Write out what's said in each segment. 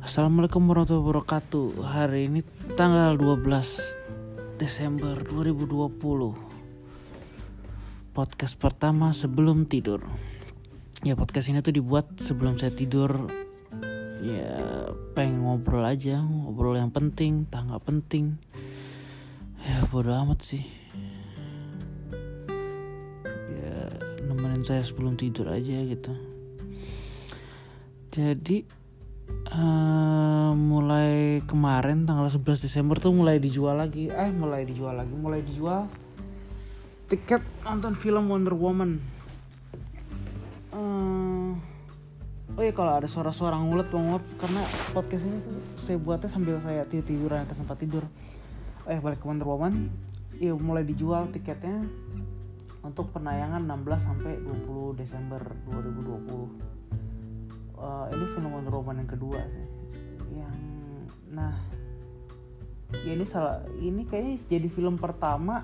Assalamualaikum warahmatullahi wabarakatuh. Hari ini tanggal 12 Desember 2020. Podcast pertama sebelum tidur. Ya, podcast ini tuh dibuat sebelum saya tidur. Ya, pengen ngobrol aja, ngobrol yang penting, tak gak penting. Ya, bodo amat sih. Ya, nemenin saya sebelum tidur aja gitu. Jadi mulai kemarin tanggal 11 Desember tuh mulai dijual tiket nonton film Wonder Woman. Oh iya, kalau ada suara-suara ngulet banget karena podcast ini tuh saya buatnya sambil saya tiduran atas tempat tidur. Balik ke Wonder Woman. Iya, mulai dijual tiketnya untuk penayangan 16 sampai 20 Desember 2020. Ini film Wonder Woman yang kedua sih. Ini kayaknya jadi film pertama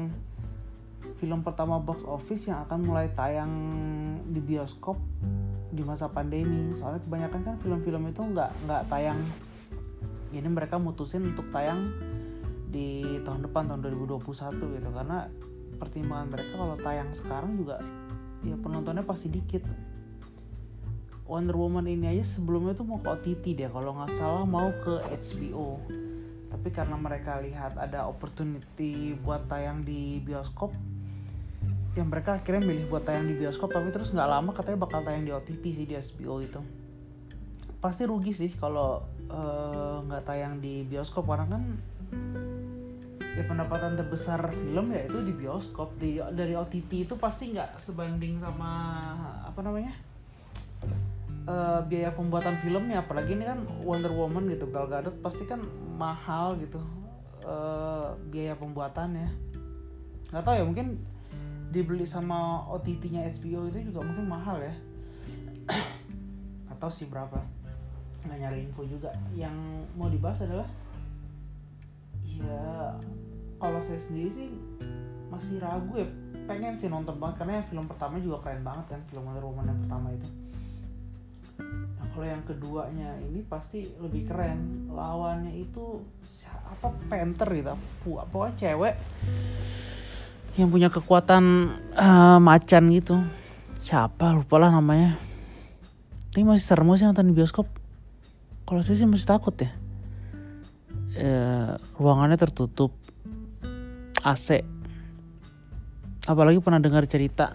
box office yang akan mulai tayang di bioskop di masa pandemi. Soalnya kebanyakan kan film-film itu nggak tayang. Ini mereka mutusin untuk tayang di tahun depan, tahun 2021 gitu, karena pertimbangan mereka kalau tayang sekarang juga ya penontonnya pasti dikit. Wonder Woman ini aja sebelumnya tuh mau ke OTT deh, kalau nggak salah mau ke HBO. Tapi karena mereka lihat ada opportunity buat tayang di bioskop, ya mereka akhirnya milih buat tayang di bioskop. Tapi terus nggak lama katanya bakal tayang di OTT sih, di HBO itu. Pasti rugi sih kalau nggak tayang di bioskop, karena kan ya pendapatan terbesar film ya itu di bioskop. Dari OTT itu pasti nggak sebanding sama biaya pembuatan filmnya. Apalagi ini kan Wonder Woman gitu, Gal Gadot, pasti kan mahal gitu biaya pembuatannya. Nggak tahu ya, mungkin dibeli sama OTT-nya HBO itu juga mungkin mahal ya. Nggak tahu sih berapa, nggak nyari info juga. Yang mau dibahas adalah ya, kalau saya sendiri sih masih ragu ya, pengen sih nonton banget karena film pertama juga keren banget kan, film Wonder Woman yang pertama itu. Nah, kalau yang keduanya ini pasti lebih keren. Lawannya itu Panther gitu, pokoknya cewek yang punya kekuatan macan gitu. Siapa, lupa lah namanya. Tapi masih serem sih nonton di bioskop. Kalau saya sih masih takut ya. Ruangannya tertutup, AC. Apalagi pernah dengar cerita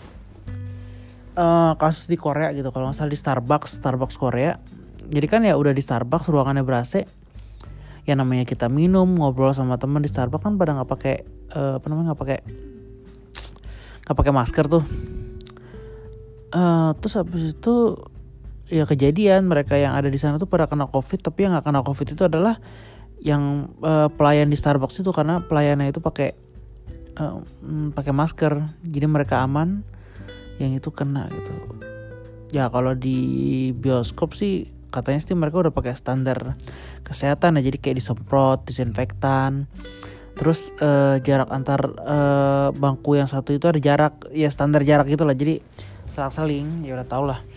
kasus di Korea gitu, kalau nggak salah di Starbucks Korea. Jadi kan ya udah di Starbucks ruangannya ber-AC, ya namanya kita minum ngobrol sama teman di Starbucks kan pada nggak pakai masker tuh. Terus habis itu ya kejadian mereka yang ada di sana tuh pada kena COVID. Tapi yang nggak kena COVID itu adalah yang pelayan di Starbucks itu, karena pelayannya itu pakai masker, jadi mereka aman. Yang itu kena gitu. Ya kalau di bioskop sih katanya sih mereka udah pakai standar kesehatan ya, jadi kayak disemprot disinfektan. Terus jarak antar bangku yang satu itu ada jarak, ya standar jarak gitulah, jadi selang-seling, ya udah tau lah.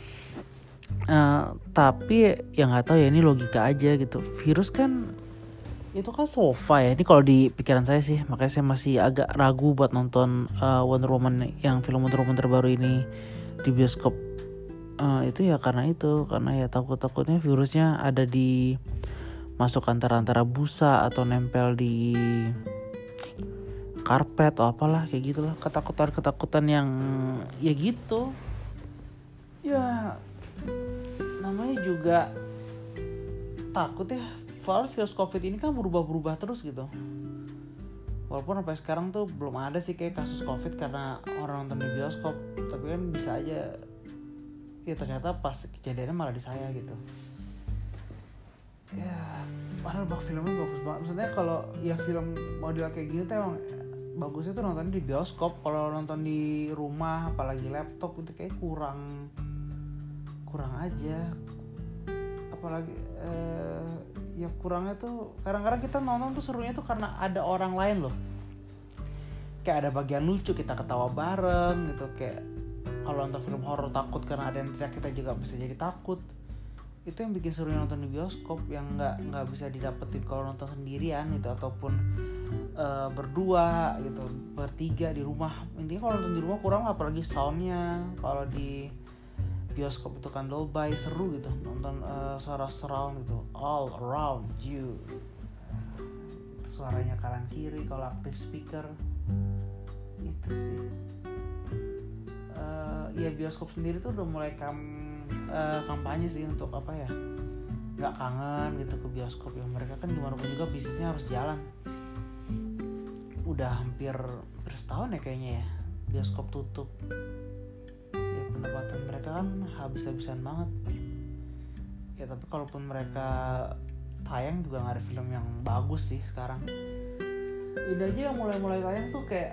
Tapi ya nggak tahu ya, ini logika aja gitu. Virus kan itu kan sofa ya. Ini kalau di pikiran saya sih, makanya saya masih agak ragu buat nonton Wonder Woman, yang film Wonder Woman terbaru ini di bioskop. Itu ya karena ya takutnya virusnya ada di masuk antara busa atau nempel di karpet atau apalah kayak gitulah. Ketakutan yang ya gitu. Ya namanya juga takut ya. Soalnya virus COVID ini kan berubah terus gitu. Walaupun sampai sekarang tuh belum ada sih kayak kasus COVID karena orang nonton di bioskop. Tapi kan bisa aja ya ternyata pas kejadiannya malah di saya gitu. Ya padahal filmnya bagus banget. Maksudnya kalau ya film model kayak gini tuh emang bagusnya tuh nonton di bioskop. Kalau nonton di rumah apalagi laptop itu kayak kurang aja. Apalagi ya kurangnya tuh kadang-kadang kita nonton tuh serunya tuh karena ada orang lain loh. Kayak ada bagian lucu, kita ketawa bareng gitu. Kayak kalau nonton film horor takut karena ada yang teriak, kita juga bisa jadi takut. Itu yang bikin seru nonton di bioskop, yang nggak bisa didapetin kalau nonton sendirian gitu, ataupun berdua gitu, bertiga di rumah. Intinya kalau nonton di rumah kurang, apalagi soundnya. Kalau di bioskop itu kan Dolby, seru gitu nonton suara surround gitu, all around you. Suaranya kanan kiri kalau aktif speaker. Itu sih. Ya bioskop sendiri tuh udah mulai kampanye sih untuk apa ya, nggak kangen gitu ke bioskop ya. Mereka kan gimana pun juga bisnisnya harus jalan. Udah hampir setahun ya kayaknya ya bioskop tutup ya, pendapatan mereka kan habis-habisan banget ya. Tapi kalaupun mereka tayang juga nggak ada film yang bagus sih sekarang. Ini aja yang mulai tayang tuh kayak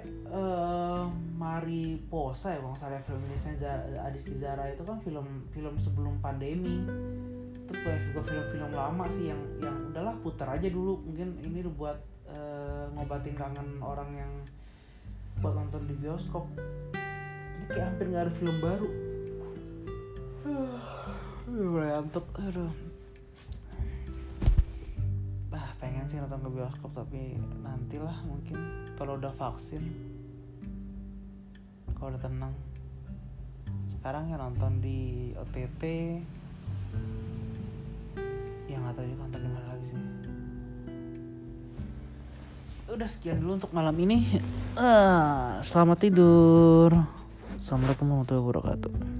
Mariposa ya bang, salah, film Indonesia Adisti Zara itu kan film sebelum pandemi. Terus banyak juga film-film lama sih yang udahlah putar aja dulu, mungkin ini buat ngobatin kangen orang yang buat nonton di bioskop. Jadi kayak hampir nggak ada film baru. Mulai ngantuk, aduh. Pengen sih nonton ke bioskop, tapi nantilah mungkin kalau udah vaksin, kalau udah tenang. Sekarang ya nonton di OTT, ya nggak tahu juga nonton di mana lagi sih. Udah sekian dulu untuk malam ini. Selamat tidur. Assalamualaikum warahmatullahi wabarakatuh.